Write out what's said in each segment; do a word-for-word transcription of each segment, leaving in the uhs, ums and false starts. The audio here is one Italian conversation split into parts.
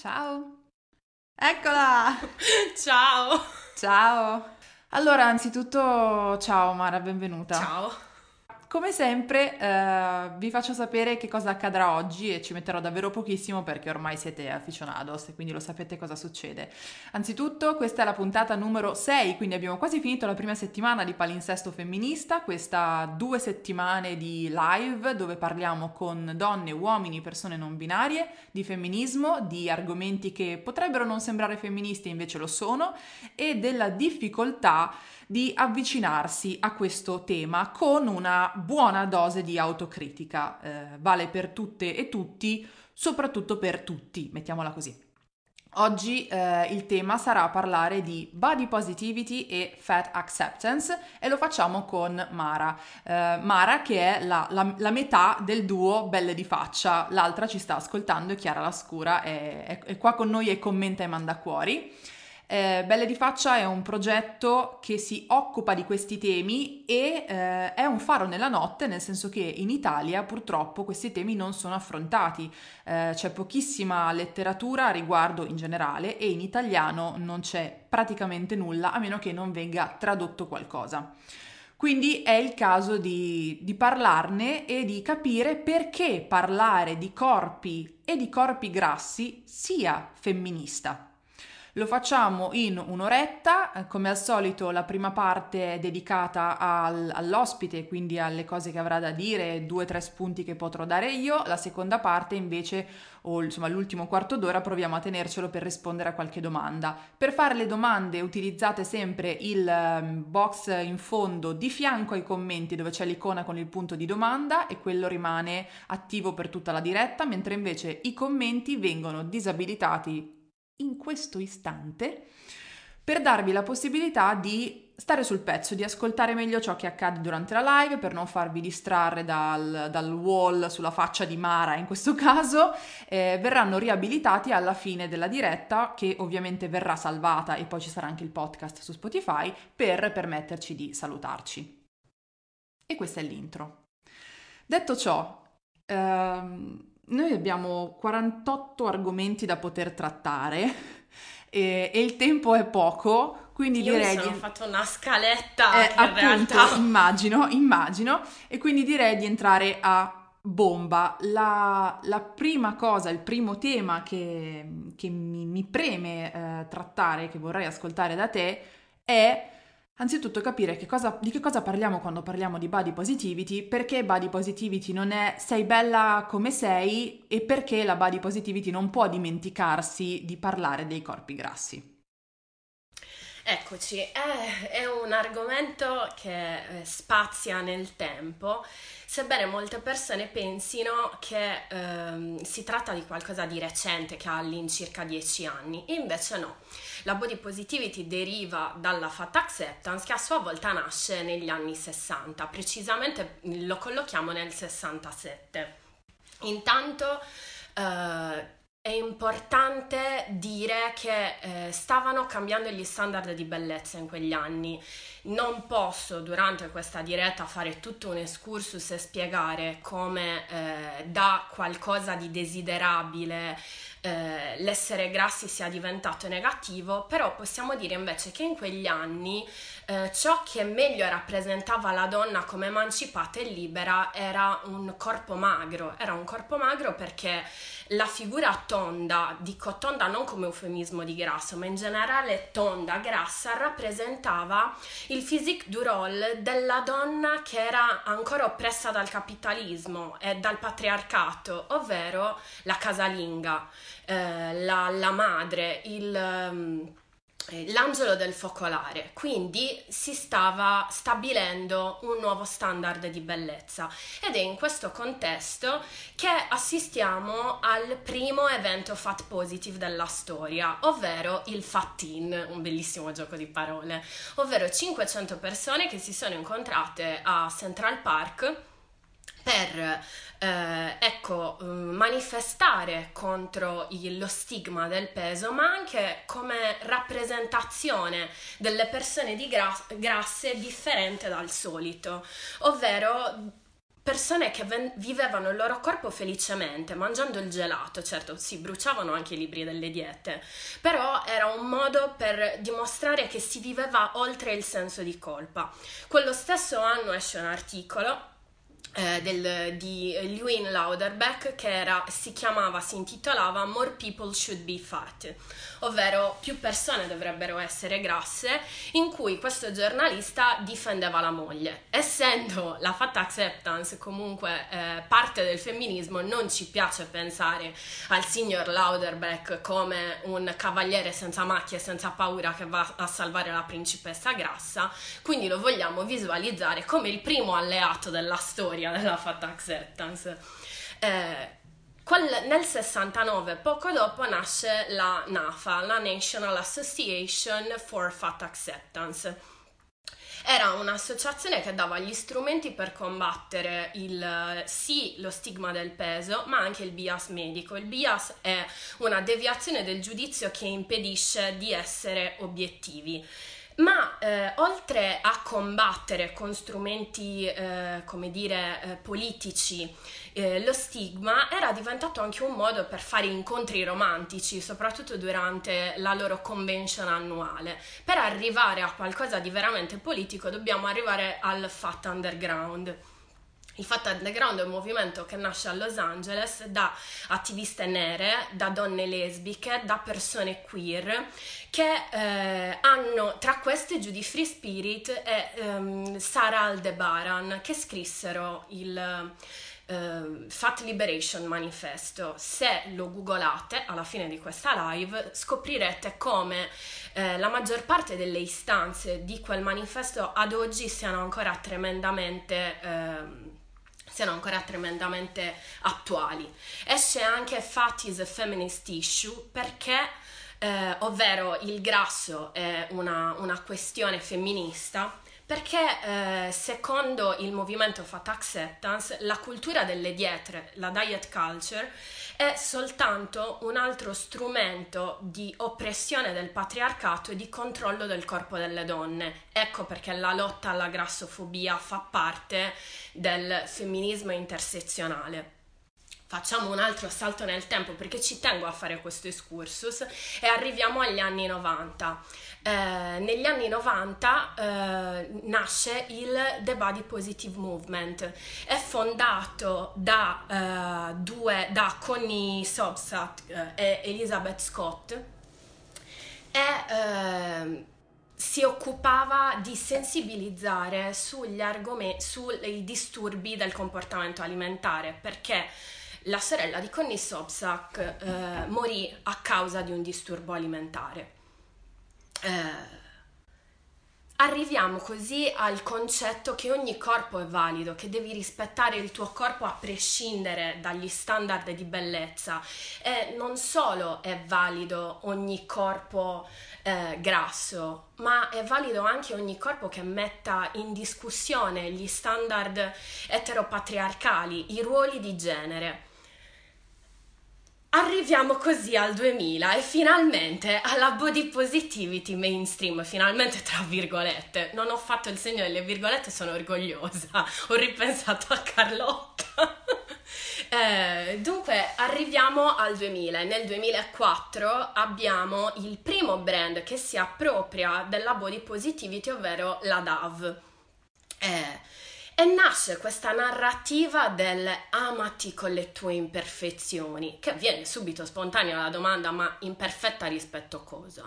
Ciao! Eccola! Ciao! Ciao! Allora, anzitutto, ciao Mara, benvenuta. Ciao! Come sempre, eh, vi faccio sapere che cosa accadrà oggi e ci metterò davvero pochissimo perché ormai siete aficionados e quindi lo sapete cosa succede. Anzitutto, questa è la puntata numero sei, quindi abbiamo quasi finito la prima settimana di Palinsesto Femminista, questa due settimane di live dove parliamo con donne, uomini, persone non binarie, di femminismo, di argomenti che potrebbero non sembrare femministi e invece lo sono e della difficoltà di avvicinarsi a questo tema con una buona dose di autocritica. Eh, vale per tutte e tutti, soprattutto per tutti, mettiamola così. Oggi eh, il tema sarà parlare di body positivity e fat acceptance e lo facciamo con Mara. Eh, Mara che è la, la- la metà del duo Belle di Faccia, l'altra ci sta ascoltando, è Chiara Lascura, è, è- è qua con noi e commenta e manda cuori. Eh, Belle di Faccia è un progetto che si occupa di questi temi e eh, è un faro nella notte, nel senso che in Italia purtroppo questi temi non sono affrontati. Eh, c'è pochissima letteratura a riguardo in generale e in italiano non c'è praticamente nulla a meno che non venga tradotto qualcosa. Quindi è il caso di, di parlarne e di capire perché parlare di corpi e di corpi grassi sia femminista. Lo facciamo in un'oretta, eh, come al solito la prima parte è dedicata al- all'ospite, quindi alle cose che avrà da dire, due o tre spunti che potrò dare io, la seconda parte invece, o insomma l'ultimo quarto d'ora, proviamo a tenercelo per rispondere a qualche domanda. Per fare le domande utilizzate sempre il ehm, box in fondo di fianco ai commenti dove c'è l'icona con il punto di domanda e quello rimane attivo per tutta la diretta, mentre invece i commenti vengono disabilitati in questo istante per darvi la possibilità di stare sul pezzo, di ascoltare meglio ciò che accade durante la live, per non farvi distrarre dal, dal wall sulla faccia di Mara in questo caso. Eh, verranno riabilitati alla fine della diretta, che ovviamente verrà salvata e poi ci sarà anche il podcast su Spotify per permetterci di salutarci. E questa è l'intro. Detto ciò, ehm, noi abbiamo quarantotto argomenti da poter trattare e, e il tempo è poco, quindi Io mi direi sono di... fatto una scaletta eh, che in appunto, realtà... immagino, immagino, e quindi direi di entrare a bomba. La, la prima cosa, il primo tema che, che mi, mi preme eh, trattare, che vorrei ascoltare da te, è anzitutto capire che cosa, di che cosa parliamo quando parliamo di body positivity, perché body positivity non è sei bella come sei e perché la body positivity non può dimenticarsi di parlare dei corpi grassi. Eccoci, è, è un argomento che eh, spazia nel tempo, sebbene molte persone pensino che ehm, si tratta di qualcosa di recente, che ha all'incirca dieci anni, invece no. La body positivity deriva dalla fat acceptance che a sua volta nasce negli anni sessanta, precisamente lo collochiamo nel sessantasette. Intanto eh, è importante dire che eh, stavano cambiando gli standard di bellezza in quegli anni. Non posso durante questa diretta fare tutto un excursus e spiegare come eh, da qualcosa di desiderabile eh, l'essere grassi sia diventato negativo, però possiamo dire invece che in quegli anni eh, ciò che meglio rappresentava la donna come emancipata e libera era un corpo magro, era un corpo magro perché la figura tonda, dico tonda non come eufemismo di grasso, ma in generale tonda, grassa, rappresentava il physique du rôle della donna che era ancora oppressa dal capitalismo e dal patriarcato, ovvero la casalinga, eh, la, la madre, il... Um, l'angelo del focolare, quindi si stava stabilendo un nuovo standard di bellezza ed è in questo contesto che assistiamo al primo evento fat positive della storia, ovvero il Fat In, un bellissimo gioco di parole, ovvero cinquecento persone che si sono incontrate a Central Park per eh, ecco, eh, manifestare contro il- lo stigma del peso, ma anche come rappresentazione delle persone di gra- grasse differente dal solito, ovvero persone che ven- vivevano il loro corpo felicemente, mangiando il gelato. Certo, si bruciavano anche i libri delle diete, però era un modo per dimostrare che si viveva oltre il senso di colpa. Quello stesso anno esce un articolo eh, del, di Lewin Lauderbeck che era, si chiamava, si intitolava More People Should Be Fat, ovvero più persone dovrebbero essere grasse, in cui questo giornalista difendeva la moglie. Essendo la fat acceptance comunque eh, parte del femminismo, non ci piace pensare al signor Lauderbeck come un cavaliere senza macchie, senza paura, che va a salvare la principessa grassa, quindi lo vogliamo visualizzare come il primo alleato della storia della fat acceptance. Eh, Quel, nel sessantanove, poco dopo, nasce la NAFA, la National Association for Fat Acceptance. Era un'associazione che dava gli strumenti per combattere il, sì, lo stigma del peso, ma anche il bias medico. Il bias è una deviazione del giudizio che impedisce di essere obiettivi. Ma eh, oltre a combattere con strumenti, eh, come dire, eh, politici eh, lo stigma, era diventato anche un modo per fare incontri romantici, soprattutto durante la loro convention annuale. Per arrivare a qualcosa di veramente politico dobbiamo arrivare al Fat Underground. Il Fat Underground è un movimento che nasce a Los Angeles da attiviste nere, da donne lesbiche, da persone queer, che eh, hanno, tra queste, Judy Free Spirit e um, Sarah Aldebaran, che scrissero il uh, Fat Liberation Manifesto. Se lo googolate alla fine di questa live scoprirete come eh, la maggior parte delle istanze di quel manifesto ad oggi siano ancora tremendamente... Eh, siano ancora tremendamente attuali. Esce anche Fat is a Feminist Issue perché, eh, ovvero il grasso è una, una questione femminista, perché eh, secondo il movimento Fat Acceptance la cultura delle diete, la diet culture, è soltanto un altro strumento di oppressione del patriarcato e di controllo del corpo delle donne. Ecco perché la lotta alla grassofobia fa parte del femminismo intersezionale. Facciamo un altro salto nel tempo perché ci tengo a fare questo excursus e arriviamo agli anni novanta. Eh, negli anni novanta eh, nasce il The Body Positive Movement. È fondato da, eh, due, da Connie Sobczak eh, e Elizabeth Scott e eh, si occupava di sensibilizzare sugli argomenti, sui disturbi del comportamento alimentare, perché la sorella di Connie Sobczak eh, morì a causa di un disturbo alimentare. Eh, arriviamo così al concetto che ogni corpo è valido, che devi rispettare il tuo corpo a prescindere dagli standard di bellezza, e non solo è valido ogni corpo eh, grasso, ma è valido anche ogni corpo che metta in discussione gli standard eteropatriarcali, i ruoli di genere. Arriviamo così al duemila e finalmente alla body positivity mainstream, finalmente tra virgolette. Non ho fatto il segno delle virgolette, sono orgogliosa, ho ripensato a Carlotta. eh, dunque arriviamo al duemila e nel duemilaquattro abbiamo il primo brand che si appropria della body positivity, ovvero la Dove. Eh, E nasce questa narrativa del amati con le tue imperfezioni, che viene subito spontanea la domanda: ma imperfetta rispetto a cosa?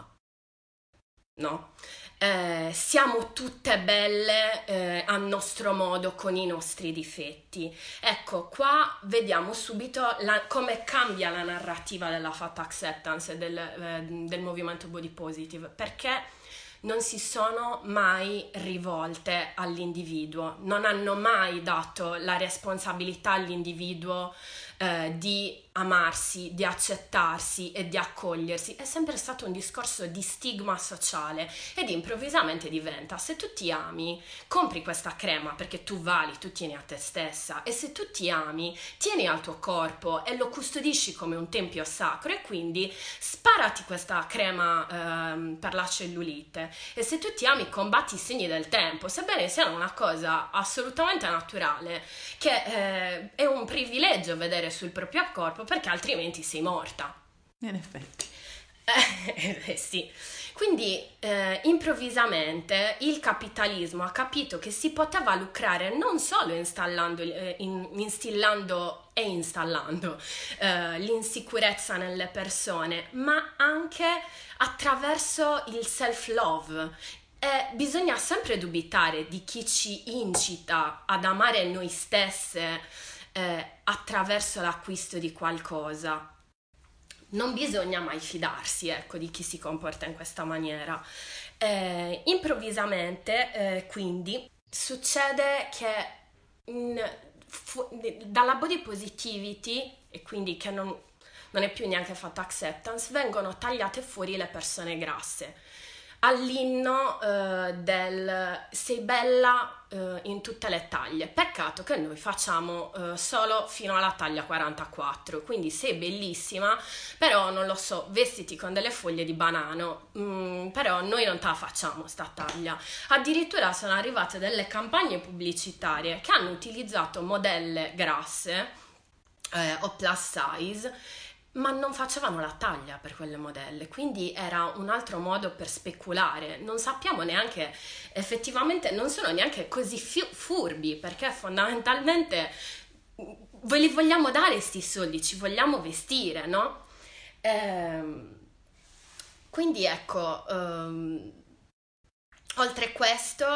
No? Eh, siamo tutte belle eh, a nostro modo con i nostri difetti. Ecco, qua vediamo subito la, come cambia la narrativa della fat acceptance e del, eh, del movimento body positive, perché non si sono mai rivolte all'individuo, non hanno mai dato la responsabilità all'individuo eh, di amarsi, di accettarsi e di accogliersi. È sempre stato un discorso di stigma sociale ed improvvisamente diventa: se tu ti ami, compri questa crema perché tu vali, tu tieni a te stessa, e se tu ti ami, tieni al tuo corpo e lo custodisci come un tempio sacro, e quindi spari preparati questa crema ehm, per la cellulite e se tu ti ami combatti i segni del tempo, sebbene sia una cosa assolutamente naturale, che eh, è un privilegio vedere sul proprio corpo perché altrimenti sei morta. In effetti. Eh, eh, sì. Quindi eh, improvvisamente il capitalismo ha capito che si poteva lucrare non solo installando, eh, in, instillando e installando eh, l'insicurezza nelle persone, ma anche attraverso il self-love. E bisogna sempre dubitare di chi ci incita ad amare noi stesse eh, attraverso l'acquisto di qualcosa. Non bisogna mai fidarsi, ecco, di chi si comporta in questa maniera. Eh, improvvisamente, eh, quindi, succede che in, fu, dalla body positivity, e quindi che non, non è più neanche fatta acceptance, vengono tagliate fuori le persone grasse. All'inno eh, del sei bella eh, in tutte le taglie. Peccato che noi facciamo eh, solo fino alla taglia quarantaquattro, quindi sei bellissima, però non lo so, vestiti con delle foglie di banano, mm, però noi non te la facciamo sta taglia. Addirittura sono arrivate delle campagne pubblicitarie che hanno utilizzato modelle grasse eh, o plus size, ma non facevano la taglia per quelle modelle, quindi era un altro modo per speculare. Non sappiamo neanche, effettivamente non sono neanche così fi- furbi, perché fondamentalmente ve li vogliamo dare sti soldi, ci vogliamo vestire, no? Ehm, quindi ecco, ehm, oltre questo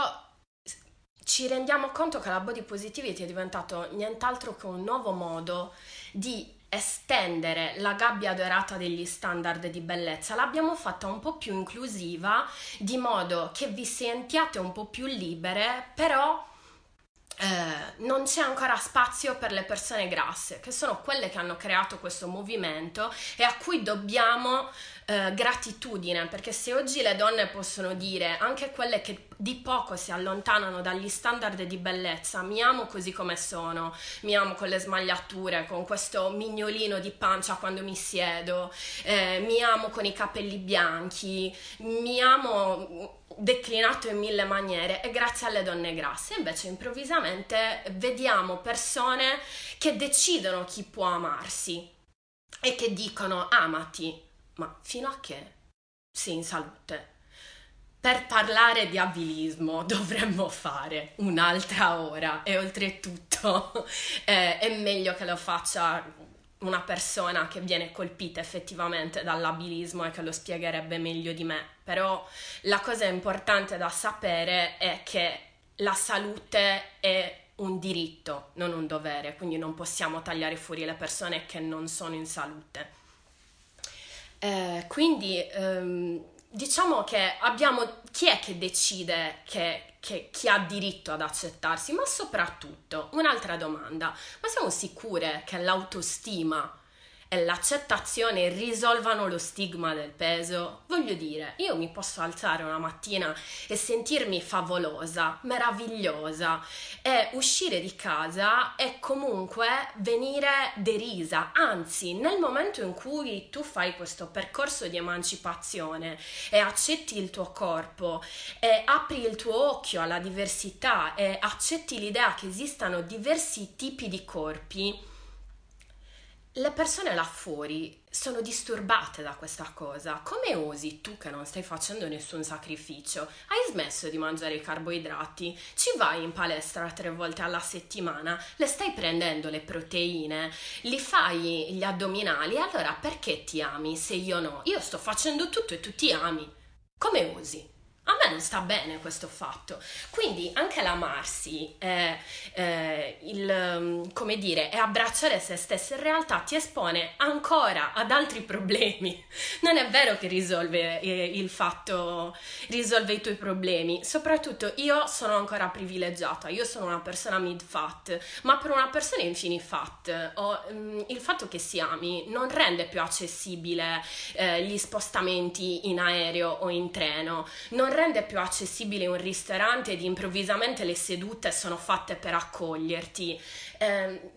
ci rendiamo conto che la body positivity è diventato nient'altro che un nuovo modo di estendere la gabbia dorata degli standard di bellezza. L'abbiamo fatta un po' più inclusiva, di modo che vi sentiate un po' più libere, però eh, non c'è ancora spazio per le persone grasse, che sono quelle che hanno creato questo movimento e a cui dobbiamo eh, gratitudine, perché se oggi le donne possono dire, anche quelle che di poco si allontanano dagli standard di bellezza, mi amo così come sono, mi amo con le smagliature, con questo mignolino di pancia quando mi siedo, eh, mi amo con i capelli bianchi, mi amo declinato in mille maniere, e grazie alle donne grasse. Invece improvvisamente vediamo persone che decidono chi può amarsi e che dicono amati, ma fino a che sei in salute. Per parlare di abilismo dovremmo fare un'altra ora e oltretutto eh, è meglio che lo faccia una persona che viene colpita effettivamente dall'abilismo e che lo spiegherebbe meglio di me. Però la cosa importante da sapere è che la salute è un diritto, non un dovere, quindi non possiamo tagliare fuori le persone che non sono in salute. Eh, quindi ehm, diciamo che abbiamo chi è che decide che, che chi ha diritto ad accettarsi, ma soprattutto un'altra domanda: ma siamo sicure che l'autostima e l'accettazione risolvano lo stigma del peso? Voglio dire, io mi posso alzare una mattina e sentirmi favolosa, meravigliosa, e uscire di casa e comunque venire derisa. Anzi, nel momento in cui tu fai questo percorso di emancipazione e accetti il tuo corpo e apri il tuo occhio alla diversità e accetti l'idea che esistano diversi tipi di corpi, le persone là fuori sono disturbate da questa cosa. Come osi tu, che non stai facendo nessun sacrificio, hai smesso di mangiare i carboidrati, ci vai in palestra tre volte alla settimana, le stai prendendo le proteine, li fai gli addominali, allora perché ti ami se io no? Io sto facendo tutto e tu ti ami. Come osi? A me non sta bene questo fatto. Quindi anche l'amarsi è, è il, come dire, è abbracciare se stessi, in realtà ti espone ancora ad altri problemi. Non è vero che risolve eh, il fatto, risolve i tuoi problemi. Soprattutto io sono ancora privilegiata, io sono una persona mid-fat, ma per una persona infini-fat ho, mh, il fatto che si ami non rende più accessibile eh, gli spostamenti in aereo o in treno, non rende più accessibile un ristorante ed improvvisamente le sedute sono fatte per accoglierti. Eh, ecco,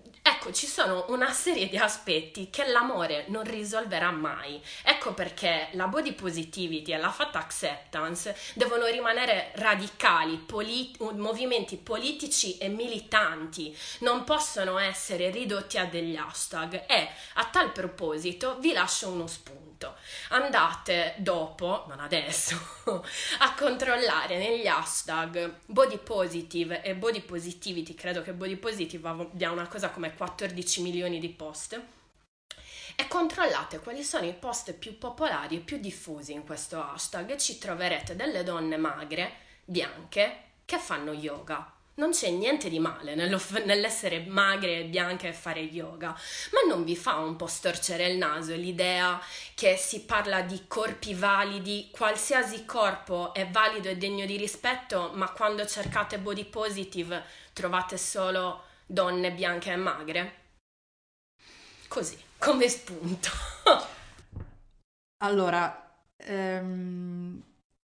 Ecco, ci sono una serie di aspetti che l'amore non risolverà mai. Ecco perché la body positivity e la fat acceptance devono rimanere radicali, polit- movimenti politici e militanti, non possono essere ridotti a degli hashtag. E a tal proposito vi lascio uno spunto. Andate dopo, non adesso, a controllare negli hashtag body positive e body positivity, credo che body positive abbia una cosa come quattordici milioni di post, e controllate quali sono i post più popolari e più diffusi in questo hashtag e ci troverete delle donne magre, bianche, che fanno yoga. Non c'è niente di male nello, nell'essere magre e bianche e fare yoga, ma non vi fa un po' storcere il naso l'idea che si parla di corpi validi, qualsiasi corpo è valido e degno di rispetto, ma quando cercate body positive trovate solo donne bianche e magre? Così, come spunto. Allora, ehm,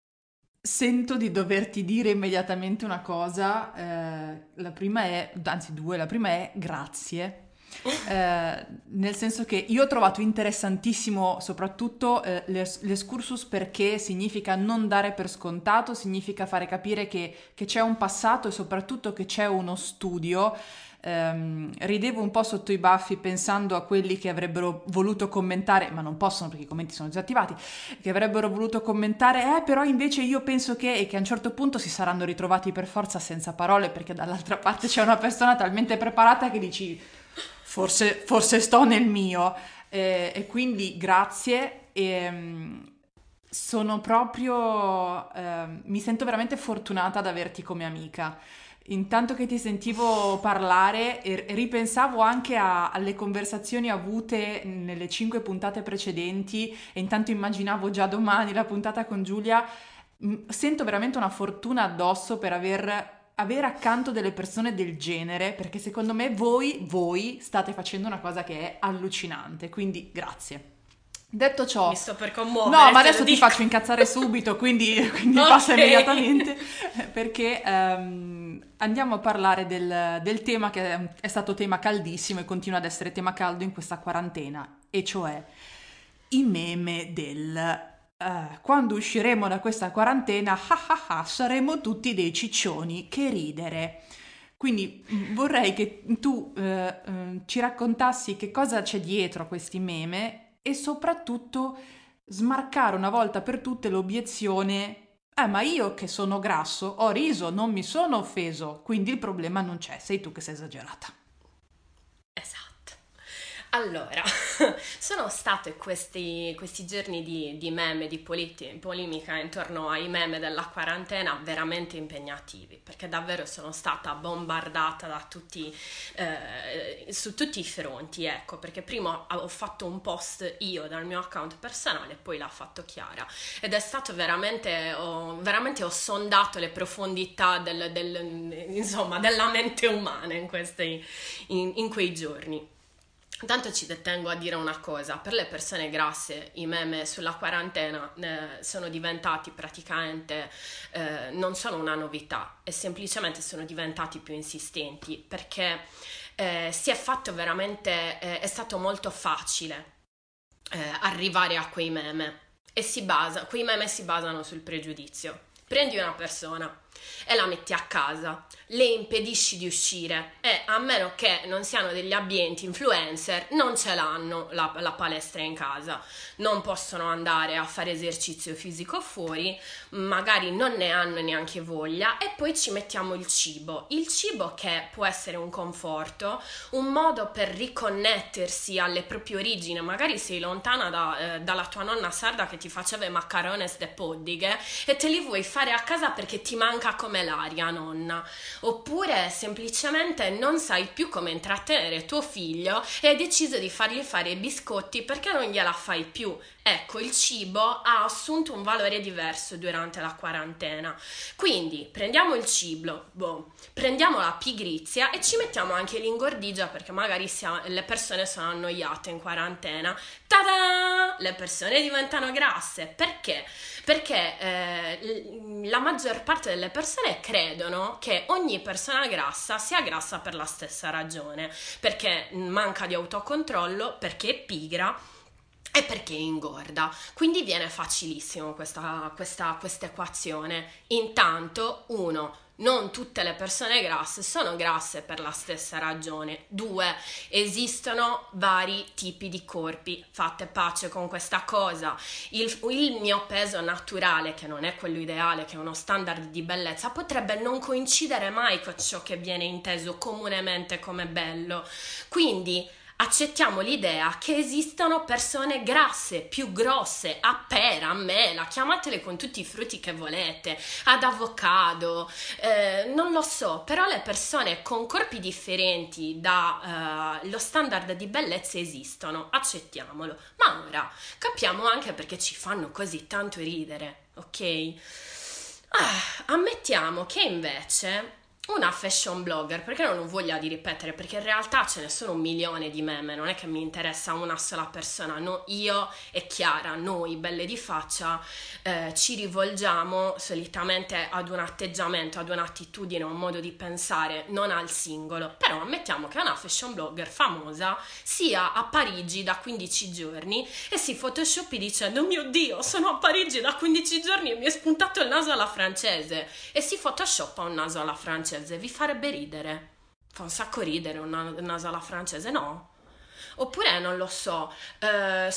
sento di doverti dire immediatamente una cosa. Eh, la prima è, anzi due, la prima è grazie. Eh, nel senso che io ho trovato interessantissimo soprattutto eh, l'es- l'escursus, perché significa non dare per scontato, significa fare capire che, che c'è un passato e soprattutto che c'è uno studio. Ehm, ridevo un po' sotto i baffi pensando a quelli che avrebbero voluto commentare, ma non possono perché i commenti sono disattivati, che avrebbero voluto commentare, eh però invece io penso che, e che a un certo punto si saranno ritrovati per forza senza parole, perché dall'altra parte c'è una persona talmente preparata che dici forse, forse sto nel mio, eh, e quindi grazie. E, um, sono proprio, eh, mi sento veramente fortunata ad averti come amica. Intanto che ti sentivo parlare e ripensavo anche a- alle conversazioni avute nelle cinque puntate precedenti, e intanto immaginavo già domani la puntata con Giulia. Mm, Sento veramente una fortuna addosso per aver, avere accanto delle persone del genere, perché secondo me voi, voi state facendo una cosa che è allucinante, quindi grazie. Detto ciò, Mi sto per no, commuovere, ma te lo adesso ti dico. faccio incazzare subito, quindi, quindi Ok. passa immediatamente, perché ehm, andiamo a parlare del, del tema che è, è stato tema caldissimo e continua ad essere tema caldo in questa quarantena, e cioè i meme del eh, quando usciremo da questa quarantena, ah ah ah, saremo tutti dei ciccioni, che ridere. Quindi mh, vorrei che tu eh, eh, ci raccontassi che cosa c'è dietro a questi meme e soprattutto smarcare una volta per tutte l'obiezione: eh, ma io che sono grasso ho riso, non mi sono offeso, quindi il problema non c'è, sei tu che sei esagerata. Esatto. Allora, sono state questi, questi giorni di, di meme, di politi- polemica intorno ai meme della quarantena veramente impegnativi, perché davvero sono stata bombardata da tutti, eh, su tutti i fronti, ecco, perché prima ho fatto un post io dal mio account personale, poi l'ha fatto Chiara, ed è stato veramente, ho, veramente ho sondato le profondità del, del- insomma, della mente umana in, questi, in in quei giorni. Tanto ci tengo a dire una cosa: per le persone grasse i meme sulla quarantena eh, sono diventati praticamente, eh, non sono una novità, e semplicemente sono diventati più insistenti, perché eh, si è fatto veramente, eh, è stato molto facile eh, arrivare a quei meme, e si basa, quei meme si basano sul pregiudizio. Prendi una persona e la metti a casa, le impedisci di uscire, e a meno che non siano degli abbienti influencer, non ce l'hanno la, la palestra in casa, non possono andare a fare esercizio fisico fuori, magari non ne hanno neanche voglia, e poi ci mettiamo il cibo, il cibo che può essere un conforto, un modo per riconnettersi alle proprie origini. Magari sei lontana da, eh, dalla tua nonna sarda che ti faceva i maccarones de poddighe e te li vuoi fare a casa perché ti manca come l'aria, nonna. Oppure semplicemente non sai più come intrattenere tuo figlio e hai deciso di fargli fare i biscotti perché non gliela fai più. Ecco, il cibo ha assunto un valore diverso durante la quarantena. Quindi prendiamo il cibo, boh, prendiamo la pigrizia e ci mettiamo anche l'ingordigia, perché magari siamo, le persone sono annoiate in quarantena. Ta-da! Le persone diventano grasse. Perché? Perché eh, la maggior parte delle persone credono che ogni persona grassa sia grassa per la stessa ragione, perché manca di autocontrollo, perché è pigra e perché ingorda. Quindi viene facilissimo questa, questa, questa equazione. Intanto, uno, non tutte le persone grasse sono grasse per la stessa ragione. Due, esistono vari tipi di corpi. Fate pace con questa cosa. Il, il mio peso naturale, che non è quello ideale, che è uno standard di bellezza, potrebbe non coincidere mai con ciò che viene inteso comunemente come bello. Quindi accettiamo l'idea che esistono persone grasse, più grosse, a pera, a mela, chiamatele con tutti i frutti che volete, ad avocado, eh, non lo so, però le persone con corpi differenti da eh, lo standard di bellezza esistono, accettiamolo. Ma ora capiamo anche perché ci fanno così tanto ridere, ok? Ah, ammettiamo che invece una fashion blogger, perché non ho voglia di ripetere, perché in realtà ce ne sono un milione di meme, non è che mi interessa una sola persona, no, io e Chiara, noi belle di faccia, eh, ci rivolgiamo solitamente ad un atteggiamento, ad un'attitudine, un modo di pensare, non al singolo. Però ammettiamo che una fashion blogger famosa sia a Parigi da quindici giorni e si photoshopi dicendo: mio Dio, sono a Parigi da quindici giorni e mi è spuntato il naso alla francese, e si photoshoppa un naso alla francese. Vi farebbe ridere? Fa un sacco ridere un naso alla francese, no? Oppure non lo so, eh,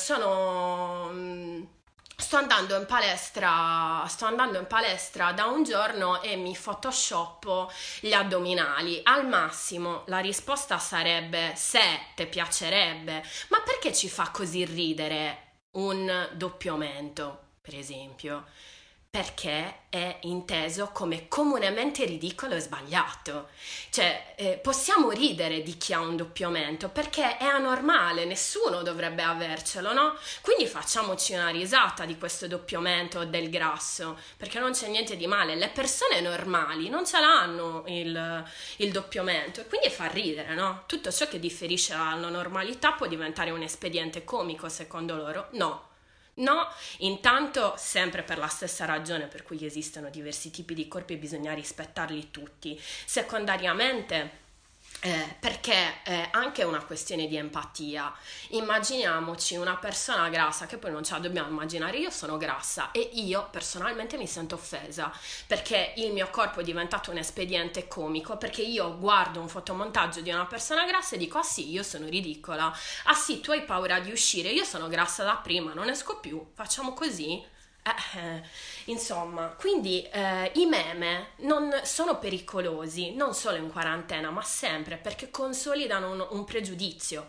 sono... sto andando in palestra, sto andando in palestra da un giorno e mi photoshoppo gli addominali. Al massimo la risposta sarebbe: se te piacerebbe. Ma perché ci fa così ridere un doppio mento, per esempio? Perché è inteso come comunemente ridicolo e sbagliato. Cioè, eh, possiamo ridere di chi ha un doppio mento perché è anormale, nessuno dovrebbe avercelo, no? Quindi facciamoci una risata di questo doppio mento o del grasso, perché non c'è niente di male. Le persone normali non ce l'hanno il, il doppio mento, e quindi fa ridere, no? Tutto ciò che differisce dalla normalità può diventare un espediente comico, secondo loro? No. No, intanto sempre per la stessa ragione per cui esistono diversi tipi di corpi e bisogna rispettarli tutti. Secondariamente, eh, perché è anche una questione di empatia. Immaginiamoci una persona grassa, che poi non ce la dobbiamo immaginare, io sono grassa e io personalmente mi sento offesa perché il mio corpo è diventato un espediente comico, perché io guardo un fotomontaggio di una persona grassa e dico: ah sì, io sono ridicola, ah sì, tu hai paura di uscire, io sono grassa da prima, non esco più, facciamo così? Eh, eh, insomma, quindi eh, i meme non sono pericolosi non solo in quarantena, ma sempre, perché consolidano un, un pregiudizio.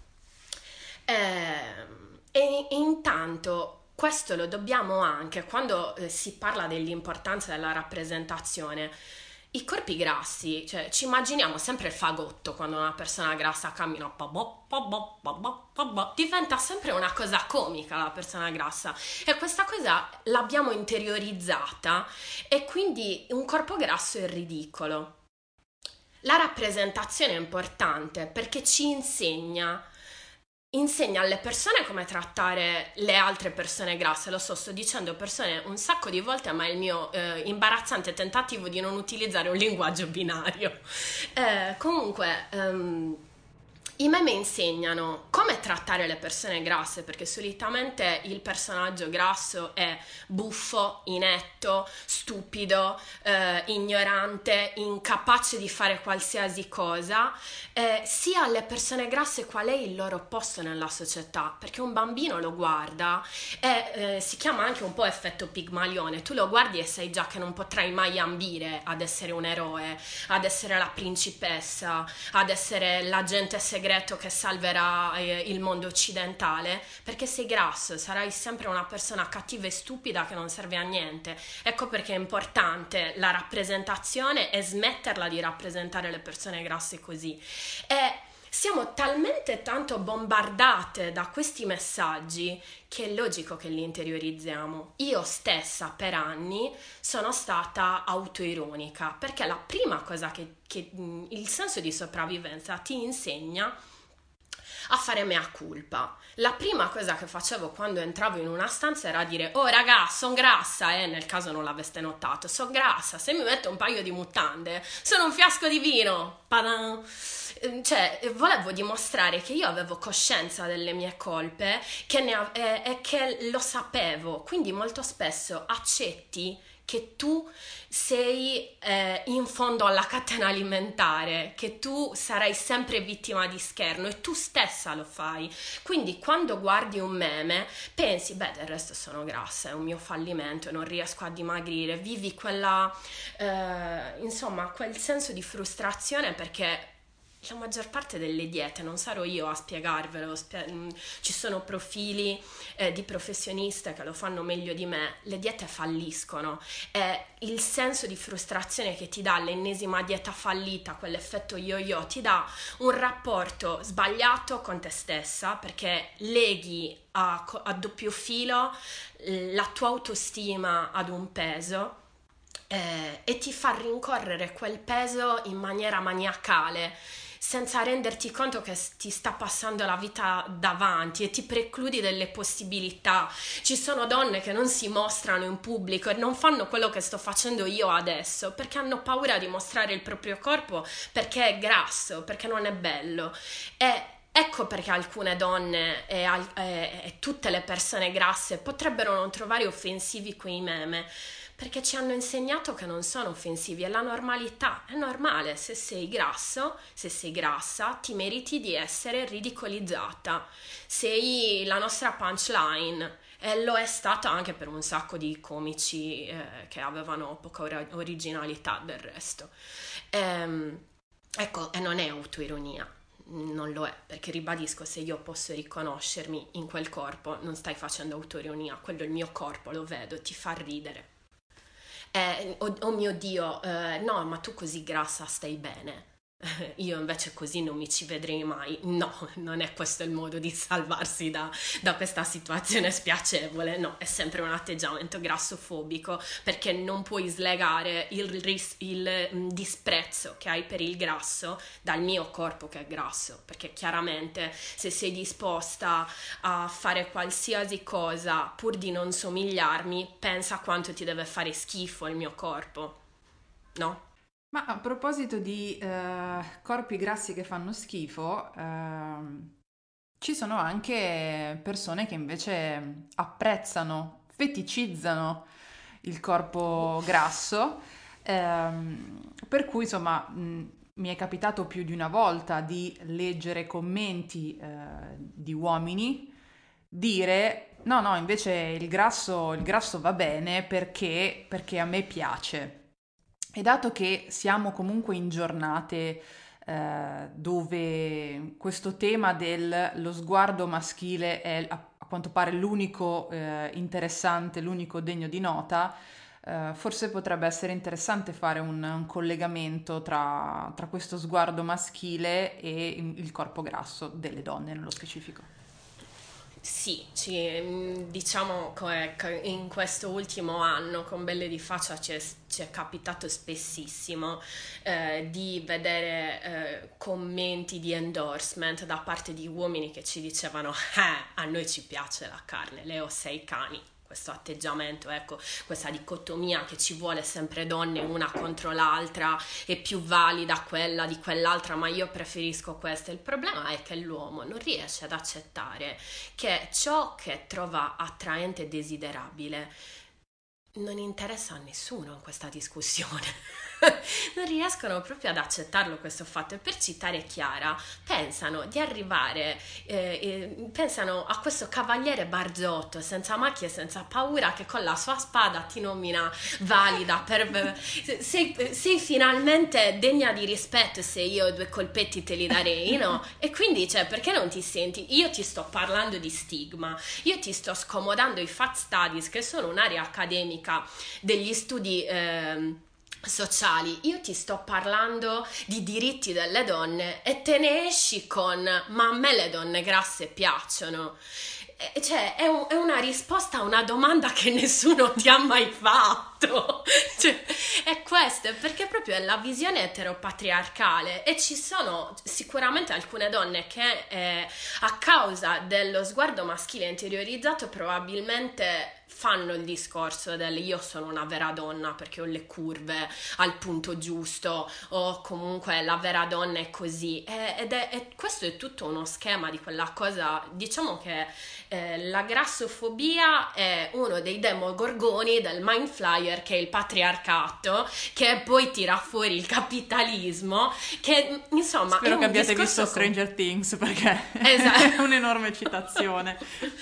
Eh, e, e intanto questo lo dobbiamo anche quando eh, si parla dell'importanza della rappresentazione. I corpi grassi, cioè ci immaginiamo sempre il fagotto quando una persona grassa cammina, pa bo, pa bo, pa bo, pa bo. Diventa sempre una cosa comica la persona grassa, e questa cosa l'abbiamo interiorizzata, e quindi un corpo grasso è ridicolo. La rappresentazione è importante perché ci insegna insegna alle persone come trattare le altre persone grasse. Lo so, sto dicendo persone un sacco di volte, ma è il mio eh, imbarazzante tentativo di non utilizzare un linguaggio binario. Eh, comunque, um, i meme insegnano come trattare le persone grasse, perché solitamente il personaggio grasso è buffo, inetto, stupido, eh, ignorante, incapace di fare qualsiasi cosa. Eh, sia alle persone grasse qual è il loro posto nella società, perché un bambino lo guarda e eh, si chiama anche un po' effetto Pigmalione. Tu lo guardi e sai già che non potrai mai ambire ad essere un eroe, ad essere la principessa, ad essere l'agente segreto che salverà eh, il mondo occidentale, perché sei grasso, sarai sempre una persona cattiva e stupida che non serve a niente. Ecco perché è importante la rappresentazione e smetterla di rappresentare le persone grasse così. E siamo talmente tanto bombardate da questi messaggi che è logico che li interiorizziamo. Io stessa per anni sono stata autoironica, perché la prima cosa che, che mh, il senso di sopravvivenza ti insegna a fare mea culpa. La prima cosa che facevo quando entravo in una stanza era dire: oh raga, son grassa, eh, nel caso non l'aveste notato, son grassa, se mi metto un paio di mutande sono un fiasco di vino. Padan. Cioè, volevo dimostrare che io avevo coscienza delle mie colpe che ne av- e, e che lo sapevo, quindi molto spesso accetti che tu sei eh, in fondo alla catena alimentare, che tu sarai sempre vittima di scherno e tu stessa lo fai. Quindi quando guardi un meme pensi: beh, del resto sono grassa, è un mio fallimento, non riesco a dimagrire, vivi quella eh, insomma quel senso di frustrazione, perché la maggior parte delle diete, non sarò io a spiegarvelo, spie- ci sono profili eh, di professioniste che lo fanno meglio di me, le diete falliscono e il senso di frustrazione che ti dà l'ennesima dieta fallita, quell'effetto yo-yo, ti dà un rapporto sbagliato con te stessa, perché leghi a, a doppio filo la tua autostima ad un peso eh, e ti fa rincorrere quel peso in maniera maniacale, senza renderti conto che ti sta passando la vita davanti e ti precludi delle possibilità. Ci sono donne che non si mostrano in pubblico e non fanno quello che sto facendo io adesso, perché hanno paura di mostrare il proprio corpo, perché è grasso, perché non è bello. E ecco perché alcune donne e, e, e tutte le persone grasse potrebbero non trovare offensivi quei meme, perché ci hanno insegnato che non sono offensivi, è la normalità, è normale. Se sei grasso, se sei grassa, ti meriti di essere ridicolizzata, sei la nostra punchline, e lo è stata anche per un sacco di comici eh, che avevano poca or- originalità del resto. Ehm, ecco, e non è autoironia. Non lo è, perché ribadisco, se io posso riconoscermi in quel corpo, non stai facendo autoironia, quello è il mio corpo, lo vedo, ti fa ridere. Eh, oh, oh mio Dio, eh, no, ma tu così grassa stai bene. Io invece così non mi ci vedrei mai. No, non è questo il modo di salvarsi da, da questa situazione spiacevole. No, è sempre un atteggiamento grassofobico, perché non puoi slegare il, ris- il mm, disprezzo che hai per il grasso dal mio corpo che è grasso, perché chiaramente se sei disposta a fare qualsiasi cosa pur di non somigliarmi, pensa quanto ti deve fare schifo il mio corpo, no? Ma a proposito di eh, corpi grassi che fanno schifo, ehm, ci sono anche persone che invece apprezzano, feticizzano il corpo grasso, ehm, per cui insomma mh, mi è capitato più di una volta di leggere commenti eh, di uomini dire no, no, invece il grasso, il grasso va bene perché, perché a me piace. E dato che siamo comunque in giornate eh, dove questo tema dello sguardo maschile è a, a quanto pare l'unico eh, interessante, l'unico degno di nota, eh, forse potrebbe essere interessante fare un, un collegamento tra, tra questo sguardo maschile e il corpo grasso delle donne nello specifico. Sì, ci- mm, diciamo che che in questo ultimo anno con Belle di Faccia ci è, ci è capitato spessissimo eh, di vedere eh, commenti di endorsement da parte di uomini che ci dicevano: eh, a noi ci piace la carne, Leo sei cani. Questo atteggiamento, ecco, questa dicotomia che ci vuole sempre donne una contro l'altra, è più valida quella di quell'altra, ma io preferisco questa. Il problema è che l'uomo non riesce ad accettare che ciò che trova attraente e desiderabile non interessa a nessuno in questa discussione. Non riescono proprio ad accettarlo questo fatto, e per citare Chiara pensano di arrivare eh, eh, pensano a questo cavaliere Barzotto senza macchie e senza paura, che con la sua spada ti nomina valida per, sei, sei finalmente degna di rispetto se io due colpetti te li darei, no? E quindi, cioè, perché non ti senti? Io ti sto parlando di stigma, io ti sto scomodando i fat studies, che sono un'area accademica degli studi ehm, sociali. Io ti sto parlando di diritti delle donne e te ne esci con ma a me le donne grasse piacciono. Eh, Cioè, è, un- è una risposta a una domanda che nessuno ti ha mai fatto. Cioè, è questo, è perché proprio è la visione eteropatriarcale e ci sono sicuramente alcune donne che eh, a causa dello sguardo maschile interiorizzato probabilmente fanno il discorso del io sono una vera donna perché ho le curve al punto giusto o comunque la vera donna è così. E- ed è, e questo è tutto uno schema di quella cosa, diciamo che eh, la grassofobia è uno dei demogorgoni del mind flyer che è il patriarcato, che poi tira fuori il capitalismo, che insomma è Spero che un abbiate discorso visto com- Stranger Things perché è esatto. un'enorme citazione.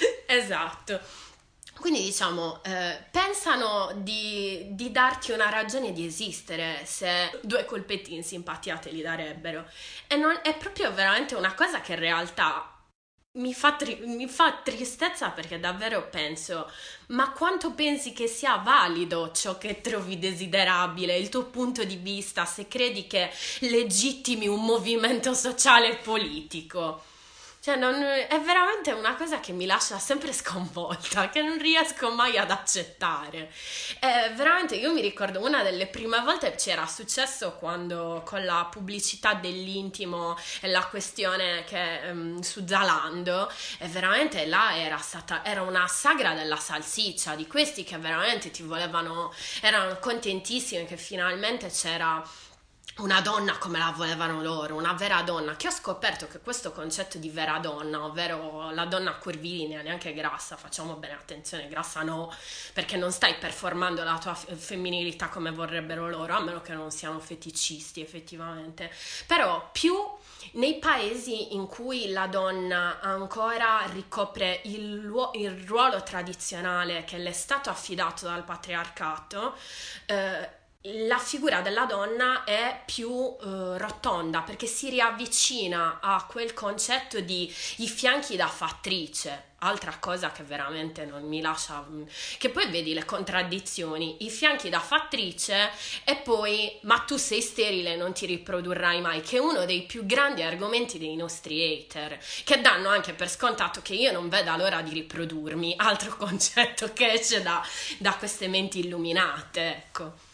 Esatto. Quindi diciamo, eh, pensano di, di darti una ragione di esistere se due colpetti in simpatia te li darebbero. E non, è proprio veramente una cosa che in realtà mi fa, tri- mi fa tristezza perché davvero penso, ma quanto pensi che sia valido ciò che trovi desiderabile, il tuo punto di vista, se credi che legittimi un movimento sociale e politico? Cioè, non- è veramente una cosa che mi lascia sempre sconvolta, che non riesco mai ad accettare. Eh, veramente, io mi ricordo una delle prime volte c'era successo quando con la pubblicità dell'intimo e la questione che ehm, su Zalando, e veramente là era stata, era una sagra della salsiccia, di questi che veramente ti volevano, erano contentissimi che finalmente c'era una donna come la volevano loro, una vera donna, che ho scoperto che questo concetto di vera donna, ovvero la donna curvilinea, neanche grassa, facciamo bene attenzione, grassa no, perché non stai performando la tua f- femminilità come vorrebbero loro, a meno che non siano feticisti effettivamente, però più nei paesi in cui la donna ancora ricopre il, luo- il ruolo tradizionale che le è stato affidato dal patriarcato, eh, la figura della donna è più eh, rotonda perché si riavvicina a quel concetto di i fianchi da fattrice. Altra cosa che veramente non mi lascia, che poi vedi le contraddizioni, i fianchi da fattrice e poi ma tu sei sterile, non ti riprodurrai mai, che è uno dei più grandi argomenti dei nostri hater, che danno anche per scontato che io non veda l'ora di riprodurmi, altro concetto che esce da, da queste menti illuminate, ecco.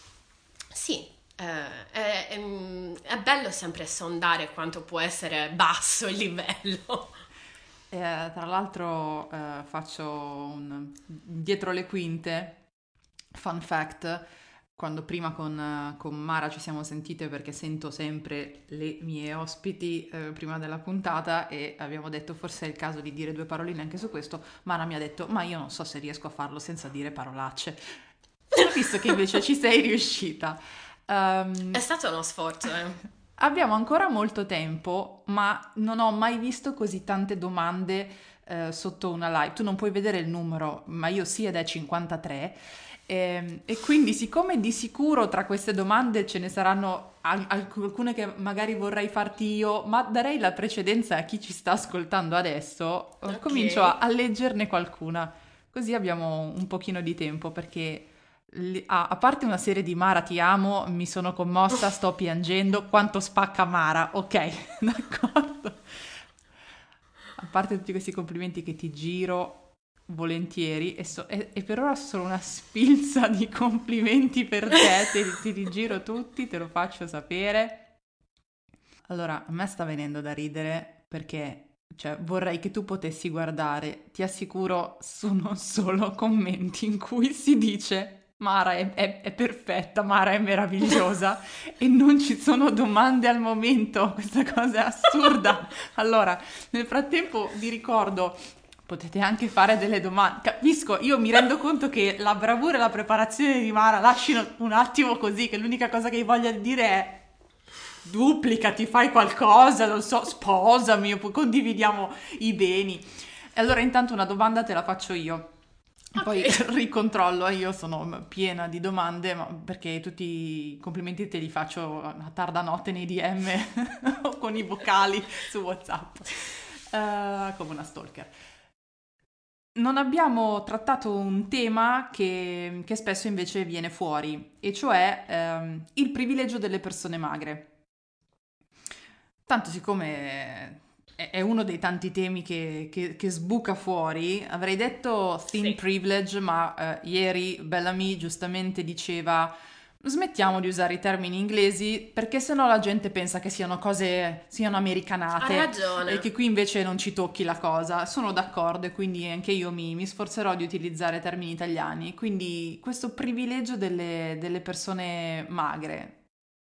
Sì, eh, è, è- è bello sempre sondare quanto può essere basso il livello. Eh, tra l'altro eh, faccio un dietro le quinte, fun fact, quando prima con, eh, con Mara ci siamo sentite perché sento sempre le mie ospiti eh, prima della puntata e abbiamo detto forse è il caso di dire due paroline anche su questo, Mara mi ha detto ma io non so se riesco a farlo senza dire parolacce. Ho visto che invece ci sei riuscita. È Ehm, stato uno sforzo, eh. Abbiamo ancora molto tempo, ma non ho mai visto così tante domande eh, sotto una live. Tu non puoi vedere il numero, ma io sì ed è cinquantatré. Ehm, E, quindi, siccome di sicuro tra queste domande ce ne saranno al- alcune che magari vorrei farti io, ma darei la precedenza a chi ci sta ascoltando adesso, eh, Ok. comincio a, a leggerne qualcuna, così abbiamo un pochino di tempo perché li- ah, a parte una serie di Mara ti amo, mi sono commossa, sto piangendo, quanto spacca Mara, ok, d'accordo. A parte tutti questi complimenti che ti giro volentieri e, so- e- e per ora sono una sfilza di complimenti per te, te, te li giro tutti, te lo faccio sapere. Allora, a me sta venendo da ridere perché cioè, vorrei che tu potessi guardare, ti assicuro, sono solo commenti in cui si dice Mara è, è- è perfetta, Mara è meravigliosa e non ci sono domande al momento, questa cosa è assurda. Allora, nel frattempo vi ricordo, potete anche fare delle domande. Capisco, io mi rendo conto che la bravura e la preparazione di Mara lasciano un attimo così, che l'unica cosa che hai voglia di dire è duplicati, fai qualcosa, non so, sposami, poi condividiamo i beni. E allora intanto una domanda te la faccio io. Ok. Poi ricontrollo, eh, io sono piena di domande, ma perché tutti i complimenti te li faccio a tarda notte nei D M o con i vocali su WhatsApp, Eh, come una stalker. non abbiamo trattato un tema che, che spesso invece viene fuori, e cioè ehm, il privilegio delle persone magre. Tanto siccome è è uno dei tanti temi che, che- che sbuca fuori, avrei detto thin Sì. privilege, ma eh, ieri Bellamy giustamente diceva smettiamo di usare i termini inglesi perché sennò la gente pensa che siano cose, siano Ha americanate e che ragione. qui invece non ci tocchi la cosa. Sono d'accordo e quindi anche io mi, mi sforzerò di utilizzare termini italiani. Quindi questo privilegio delle, delle persone magre.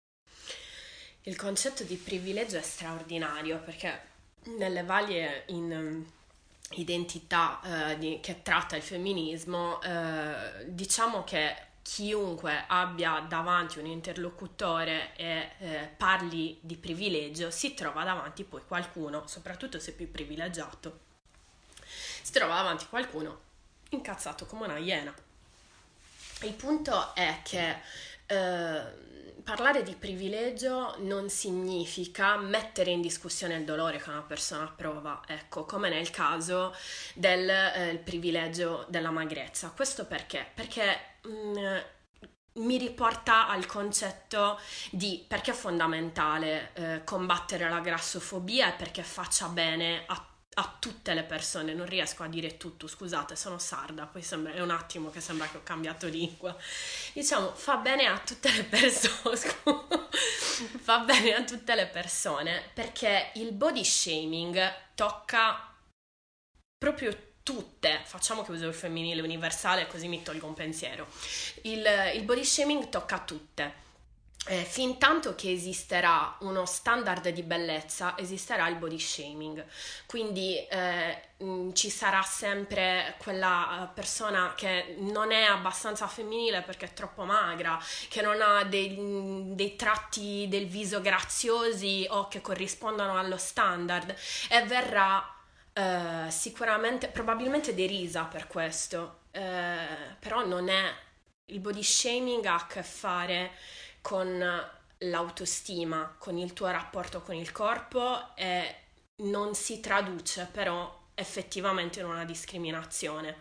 Il concetto di privilegio è straordinario perché nelle varie in- identità eh, di- che tratta il femminismo, eh, diciamo che chiunque abbia davanti un interlocutore e eh, parli di privilegio, si trova davanti poi qualcuno, soprattutto se più privilegiato, si trova davanti qualcuno incazzato come una iena. Il punto è che eh, parlare di privilegio non significa mettere in discussione il dolore che una persona prova, ecco, come nel caso del eh, il privilegio della magrezza. Questo perché? Perché mh, mi riporta al concetto di perché è fondamentale eh, combattere la grassofobia e perché faccia bene a a tutte le persone, non riesco a dire tutto, scusate, sono sarda, poi sembra, è un attimo che sembra che ho cambiato lingua. Diciamo, fa bene a tutte le persone, scusa, fa bene a tutte le persone perché il body shaming tocca proprio tutte, facciamo che uso il femminile universale così mi tolgo un pensiero, il, il body shaming tocca tutte. Eh, fin tanto che esisterà uno standard di bellezza, esisterà il body shaming. Quindi eh, mh, ci sarà sempre quella eh, persona che non è abbastanza femminile perché è troppo magra, che non ha dei, dei tratti del viso graziosi o che corrispondono allo standard e verrà eh, sicuramente, probabilmente derisa per questo. Eh, però non è, il body shaming ha a che fare con l'autostima, con il tuo rapporto con il corpo e non si traduce però effettivamente in una discriminazione.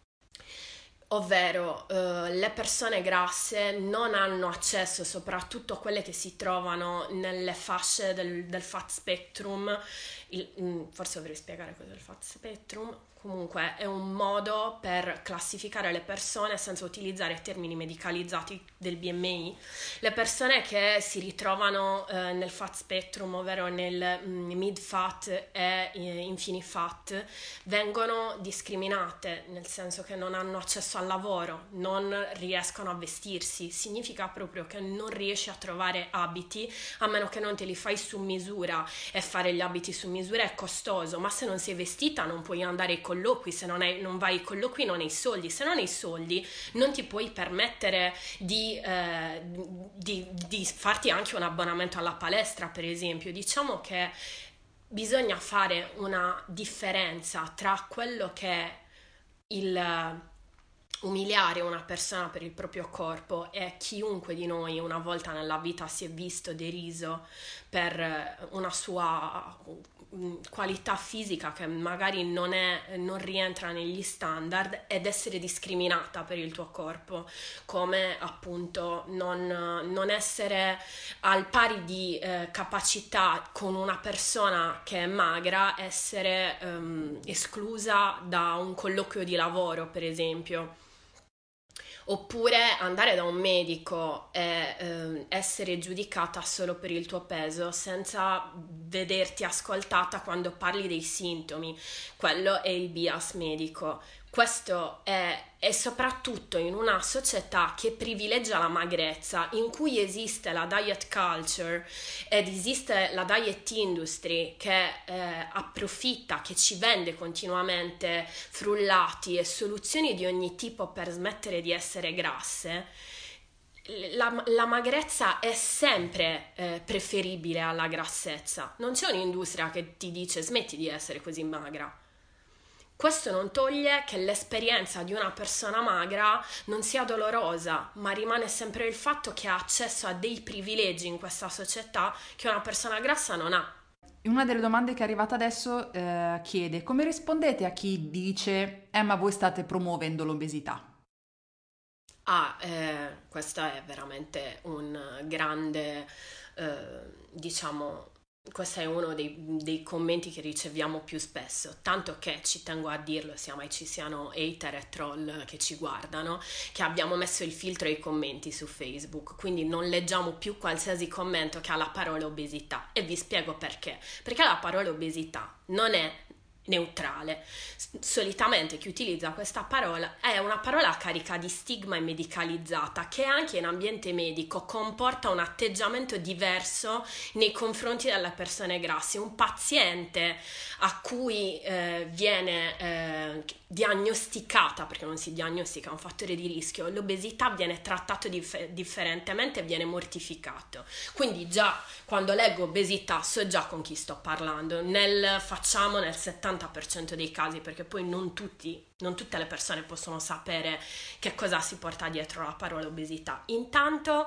Ovvero eh, le persone grasse non hanno accesso, soprattutto quelle che si trovano nelle fasce del, del fat spectrum. Il- mm, forse dovrei spiegare cos'è il fat spectrum. Comunque è un modo per classificare le persone senza utilizzare termini medicalizzati del B M I. Le persone che si ritrovano eh, nel fat spectrum, ovvero nel mm, mid fat e eh, infini fat, vengono discriminate, nel senso che non hanno accesso al lavoro, non riescono a vestirsi, significa proprio che non riesci a trovare abiti a meno che non te li fai su misura, e fare gli abiti su misura è costoso, ma se non sei vestita non puoi andare ai colloqui, se non, hai, non vai ai colloqui non hai soldi, se non hai soldi non ti puoi permettere di, eh, di, di farti anche un abbonamento alla palestra, per esempio. Diciamo che bisogna fare una differenza tra quello che è il uh, umiliare una persona per il proprio corpo e chiunque di noi una volta nella vita si è visto deriso per una sua qualità fisica che magari non, è, non rientra negli standard ed essere discriminata per il tuo corpo, come appunto non, non essere al pari di eh, capacità con una persona che è magra, essere ehm, esclusa da un colloquio di lavoro, per esempio. Oppure andare da un medico e ehm, essere giudicata solo per il tuo peso senza vederti ascoltata quando parli dei sintomi. Quello è il bias medico. Questo è, è soprattutto in una società che privilegia la magrezza, in cui esiste la diet culture ed esiste la diet industry che eh, approfitta, che ci vende continuamente frullati e soluzioni di ogni tipo per smettere di essere grasse. La, la magrezza è sempre eh, preferibile alla grassezza. Non c'è un'industria che ti dice smetti di essere così magra. Questo non toglie che l'esperienza di una persona magra non sia dolorosa, ma rimane sempre il fatto che ha accesso a dei privilegi in questa società che una persona grassa non ha. Una delle domande che è arrivata adesso eh, chiede come rispondete a chi dice eh ma voi state promuovendo l'obesità? Ah, eh, questo è veramente un grande, eh, diciamo, questo è uno dei, dei commenti che riceviamo più spesso, tanto che ci tengo a dirlo, sia mai ci siano hater e troll che ci guardano, che abbiamo messo il filtro ai commenti su Facebook, quindi non leggiamo più qualsiasi commento che ha la parola obesità e vi spiego perché. Perché la parola obesità non è neutrale. S- Solitamente chi utilizza questa parola è una parola carica di stigma e medicalizzata che anche in ambiente medico comporta un atteggiamento diverso nei confronti delle persone grasse. Un paziente a cui eh, viene eh, diagnosticata, perché non si diagnostica, è un fattore di rischio, l'obesità viene trattato dif- differentemente e viene mortificato. Quindi già quando leggo obesità so già con chi sto parlando, nel facciamo nel settanta per cento dei casi, perché poi non tutti, non tutte le persone possono sapere che cosa si porta dietro la parola obesità. Intanto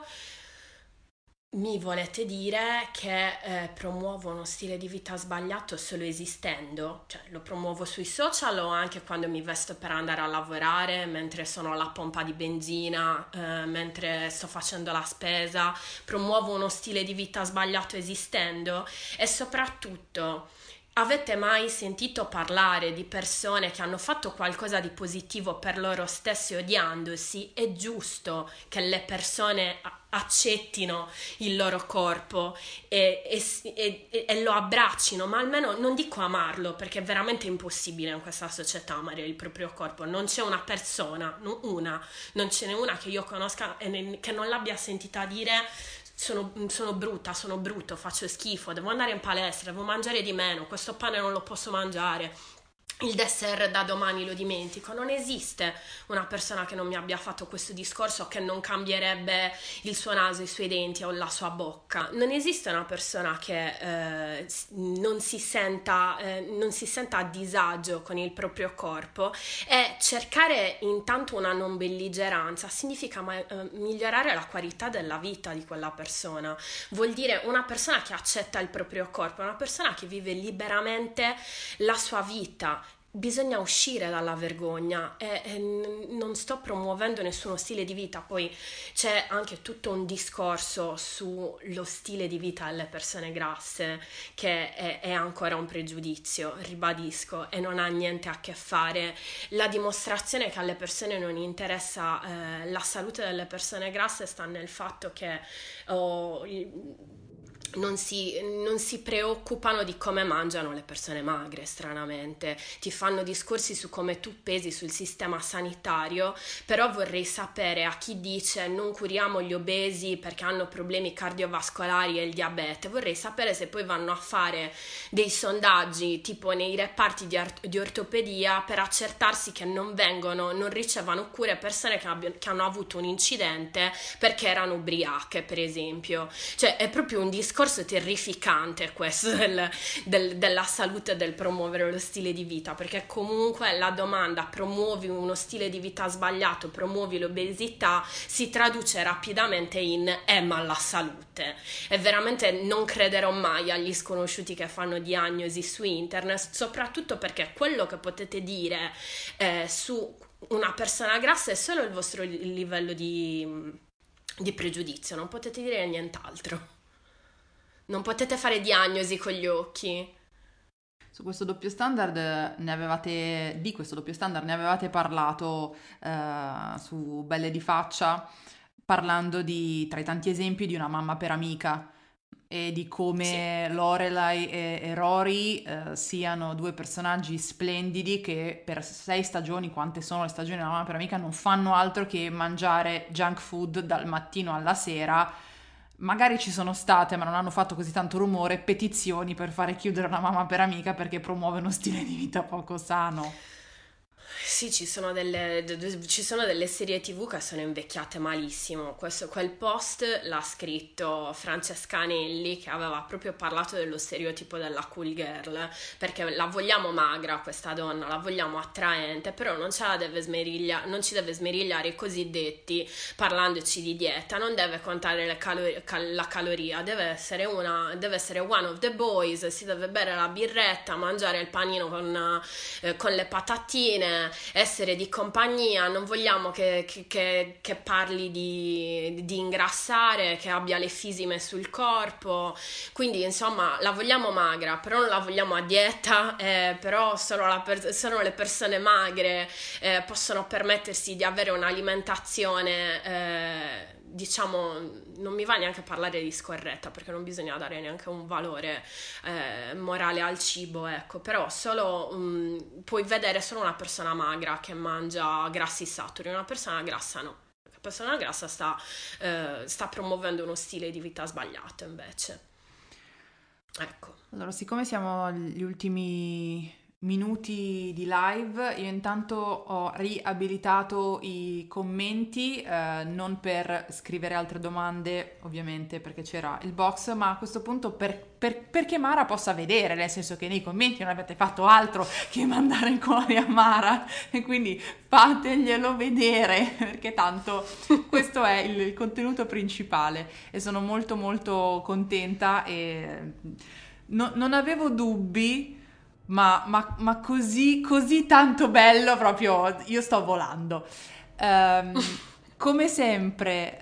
mi volete dire che eh, promuovo uno stile di vita sbagliato solo esistendo? Cioè, lo promuovo sui social o anche quando mi vesto per andare a lavorare, mentre sono alla pompa di benzina, eh, mentre sto facendo la spesa? Promuovo uno stile di vita sbagliato esistendo? E soprattutto, avete mai sentito parlare di persone che hanno fatto qualcosa di positivo per loro stessi odiandosi? È giusto che le persone a- accettino il loro corpo e, e s- e- e- e lo abbraccino, ma almeno non dico amarlo, perché è veramente impossibile in questa società amare il proprio corpo. Non c'è una persona, non una, non ce n'è una che io conosca e ne- che non l'abbia sentita dire sono, sono brutta, sono brutto, faccio schifo, devo andare in palestra, devo mangiare di meno, questo pane non lo posso mangiare, il dessert da domani lo dimentico. Non esiste una persona che non mi abbia fatto questo discorso, che non cambierebbe il suo naso, i suoi denti o la sua bocca. Non esiste una persona che eh, non si senta, eh, non si senta a disagio con il proprio corpo, e cercare intanto una non belligeranza significa ma- eh, migliorare la qualità della vita di quella persona. Vuol dire una persona che accetta il proprio corpo, una persona che vive liberamente la sua vita. Bisogna uscire dalla vergogna e, e n- non sto promuovendo nessuno stile di vita. Poi c'è anche tutto un discorso sullo stile di vita delle persone grasse che è, è ancora un pregiudizio, ribadisco, e non ha niente a che fare. La dimostrazione che alle persone non interessa eh, la salute delle persone grasse sta nel fatto che oh, non si, non si preoccupano di come mangiano le persone magre, stranamente. Ti fanno discorsi su come tu pesi sul sistema sanitario, però vorrei sapere a chi dice non curiamo gli obesi perché hanno problemi cardiovascolari e il diabete. Vorrei sapere se poi vanno a fare dei sondaggi tipo nei reparti di, art- di ortopedia per accertarsi che non vengono, non ricevono cure persone che, abbi- che hanno avuto un incidente perché erano ubriache, per esempio. Cioè è proprio un discorso terrificante questo del, del- della salute e del promuovere lo stile di vita, perché comunque la domanda promuovi uno stile di vita sbagliato, promuovi l'obesità, si traduce rapidamente in eh ma la salute. E veramente non crederò mai agli sconosciuti che fanno diagnosi su internet, soprattutto perché quello che potete dire eh, su una persona grassa è solo il vostro livello di, di pregiudizio, non potete dire nient'altro. Non potete fare diagnosi con gli occhi. Su questo doppio standard eh, ne avevate, di questo doppio standard ne avevate parlato eh, su Belle di Faccia, parlando di, tra i tanti esempi, di una mamma per amica e di Sì. come Lorelai e, e Rory eh, siano due personaggi splendidi che per sei stagioni, quante sono le stagioni della mamma per amica, non fanno altro che mangiare junk food dal mattino alla sera. Magari ci sono state, ma non hanno fatto così tanto rumore, petizioni per fare chiudere una mamma per amica perché promuove uno stile di vita poco sano. Sì, ci sono delle, d- d- ci sono delle serie T V che sono invecchiate malissimo. Questo, quel post l'ha scritto Francesca Anelli, che aveva proprio parlato dello stereotipo della cool girl, perché la vogliamo magra questa donna, la vogliamo attraente, però non, ce la deve smeriglia- non ci deve smerigliare i cosiddetti parlandoci di dieta, non deve contare le calo- cal- la caloria, deve essere, una, deve essere one of the boys, si deve bere la birretta, mangiare il panino con, eh, con le patatine, essere di compagnia, non vogliamo che, che- che- che parli di, di ingrassare, che abbia le fisime sul corpo, quindi insomma la vogliamo magra, però non la vogliamo a dieta, eh, però solo, la per- solo le persone magre eh, possono permettersi di avere un'alimentazione, eh, diciamo, non mi va neanche a parlare di scorretta, perché non bisogna dare neanche un valore eh, morale al cibo, ecco, però solo um, puoi vedere solo una persona magra che mangia grassi saturi, una persona grassa no. La persona grassa sta, eh, sta promuovendo uno stile di vita sbagliato invece. Ecco. Allora, siccome siamo agli ultimi minuti di live, io intanto ho riabilitato i commenti, eh, non per scrivere altre domande, ovviamente, perché c'era il box, ma a questo punto per, per- perché Mara possa vedere, nel senso che nei commenti non avete fatto altro che mandare in cuore a Mara, e quindi fateglielo vedere, perché tanto questo è il, il contenuto principale e sono molto molto contenta e no- non avevo dubbi, ma, ma- ma così, così tanto bello, proprio io sto volando. Ehm, come sempre,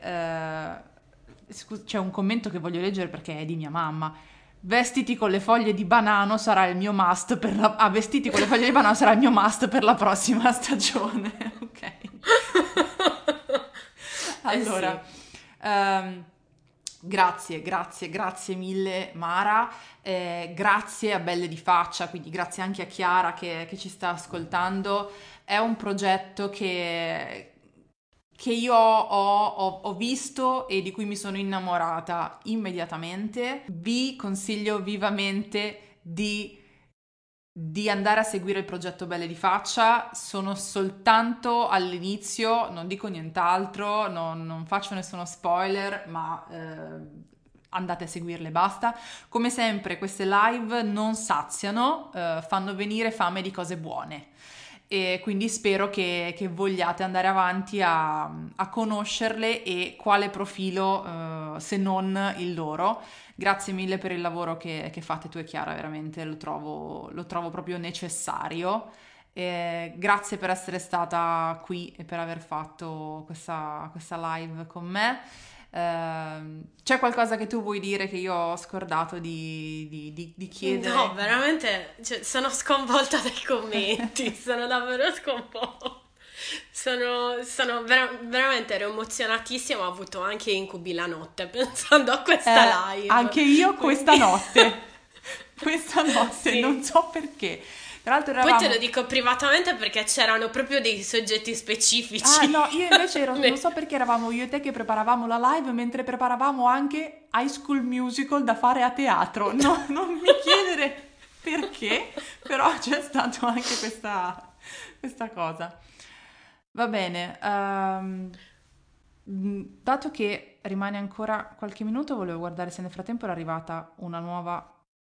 eh, scu- c'è un commento che voglio leggere perché è di mia mamma. Vestiti con le foglie di banano sarà il mio must per la... Ah, vestiti con le foglie di banano sarà il mio must per la prossima stagione. Ok. Eh sì. Allora, ehm, grazie, grazie, grazie mille Mara, eh, grazie a Belle di Faccia, quindi grazie anche a Chiara che, che ci sta ascoltando. È un progetto che, che io ho, ho- ho visto e di cui mi sono innamorata immediatamente. Vi consiglio vivamente di di andare a seguire il progetto Belle di Faccia. Sono soltanto all'inizio, non dico nient'altro, non, non faccio nessuno spoiler, ma eh, andate a seguirle, basta. Come sempre queste live non saziano, eh, fanno venire fame di cose buone. E quindi spero che, che vogliate andare avanti a, a conoscerle e quale profilo, eh, se non il loro. Grazie mille per il lavoro che, che fate tu e Chiara, veramente lo trovo, lo trovo proprio necessario. E grazie per essere stata qui e per aver fatto questa, questa live con me. Ehm, c'è qualcosa che tu vuoi dire che io ho scordato di, di- di- di chiedere? No, veramente, cioè, sono sconvolta dai commenti, sono davvero sconvolta. Sono, sono vera- veramente ero emozionatissima, ho avuto anche incubi la notte pensando a Eh, questa live. anche io questa Quindi notte, questa notte, non sì. so perché. Tra l'altro Poi te eravamo... lo dico privatamente perché c'erano proprio dei soggetti Ah, specifici. no, io invece ero, non Ne- so perché eravamo io e te che preparavamo la live mentre preparavamo anche High School Musical da fare a teatro. No, non mi chiedere perché, però c'è stato anche questa, questa cosa. Va bene, ehm, mh, dato che rimane ancora qualche minuto, volevo guardare se nel frattempo era arrivata una nuova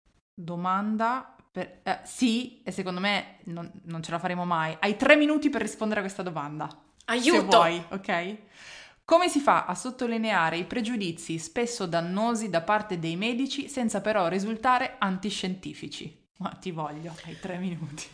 domanda. Per- eh, sì, e secondo me non, non ce la faremo mai. Hai tre minuti per rispondere a questa domanda, se Aiuto! vuoi, ok? Come si fa a sottolineare i pregiudizi spesso dannosi da parte dei medici senza però risultare antiscientifici? Ma ti voglio, hai tre minuti.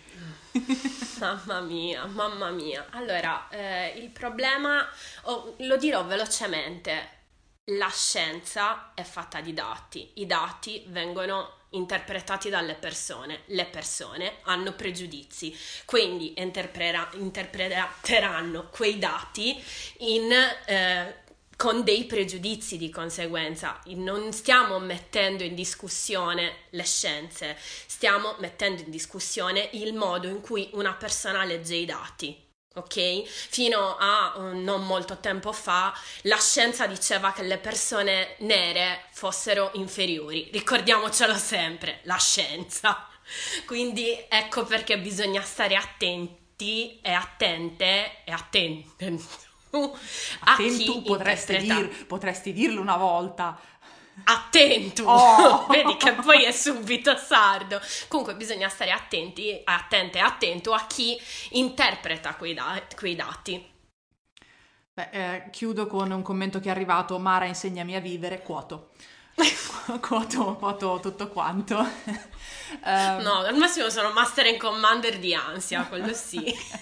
Mamma mia, mamma mia. Allora, eh, il problema, oh, lo dirò velocemente, la scienza è fatta di dati, i dati vengono interpretati dalle persone, le persone hanno pregiudizi, quindi interprera- interpreteranno quei dati in... eh, con dei pregiudizi di conseguenza. Non stiamo mettendo in discussione le scienze, stiamo mettendo in discussione il modo in cui una persona legge i dati. Ok? Fino a uh, non molto tempo fa la scienza diceva che le persone nere fossero inferiori. Ricordiamocelo sempre, la scienza. Quindi ecco perché bisogna stare attenti attenti e attente e attente a chi Attento, potresti, interpreta. dir, potresti dirlo una volta. Attento, Oh! vedi che poi è subito sardo. Comunque bisogna stare attenti, attente e attento a chi interpreta quei, da- quei dati. Beh, eh, chiudo con un commento che è arrivato: Mara, insegnami a vivere, quoto. Quoto, quoto tutto quanto. um, No, al massimo sono Master and Commander di ansia, quello sì.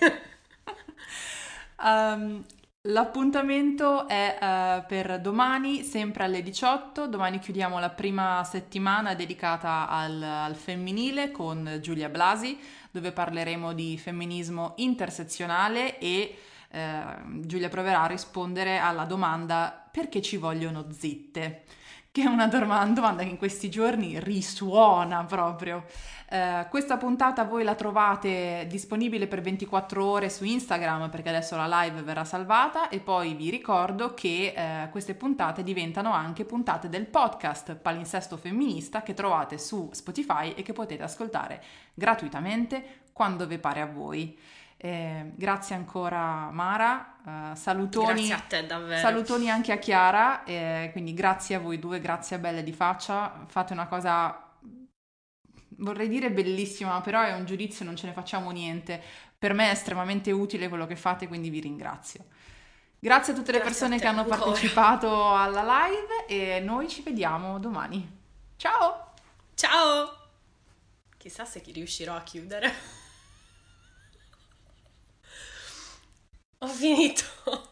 um, l'appuntamento è uh, per domani, sempre alle diciotto. Domani chiudiamo la prima settimana dedicata al, al femminile con Giulia Blasi, dove parleremo di femminismo intersezionale e eh, Giulia proverà a rispondere alla domanda: perché ci vogliono zitte? Che è una dorma- domanda che in questi giorni risuona proprio. Eh, questa puntata voi la trovate disponibile per ventiquattro ore su Instagram, perché adesso la live verrà salvata, e poi vi ricordo che eh, queste puntate diventano anche puntate del podcast Palinsesto Femminista, che trovate su Spotify e che potete ascoltare gratuitamente quando vi pare a voi. Eh, grazie ancora Mara, eh, salutoni, Grazie a te davvero. salutoni anche a Chiara, eh, quindi grazie a voi due, grazie a Belle di Faccia, fate una cosa, vorrei dire bellissima, però è un giudizio, non ce ne facciamo niente, per me è estremamente utile quello che fate, quindi vi ringrazio. Grazie a tutte le Grazie a persone te che hanno ancora. partecipato alla live e noi ci vediamo domani. Ciao! Ciao! Chissà se chi riuscirò a chiudere. Ho finito.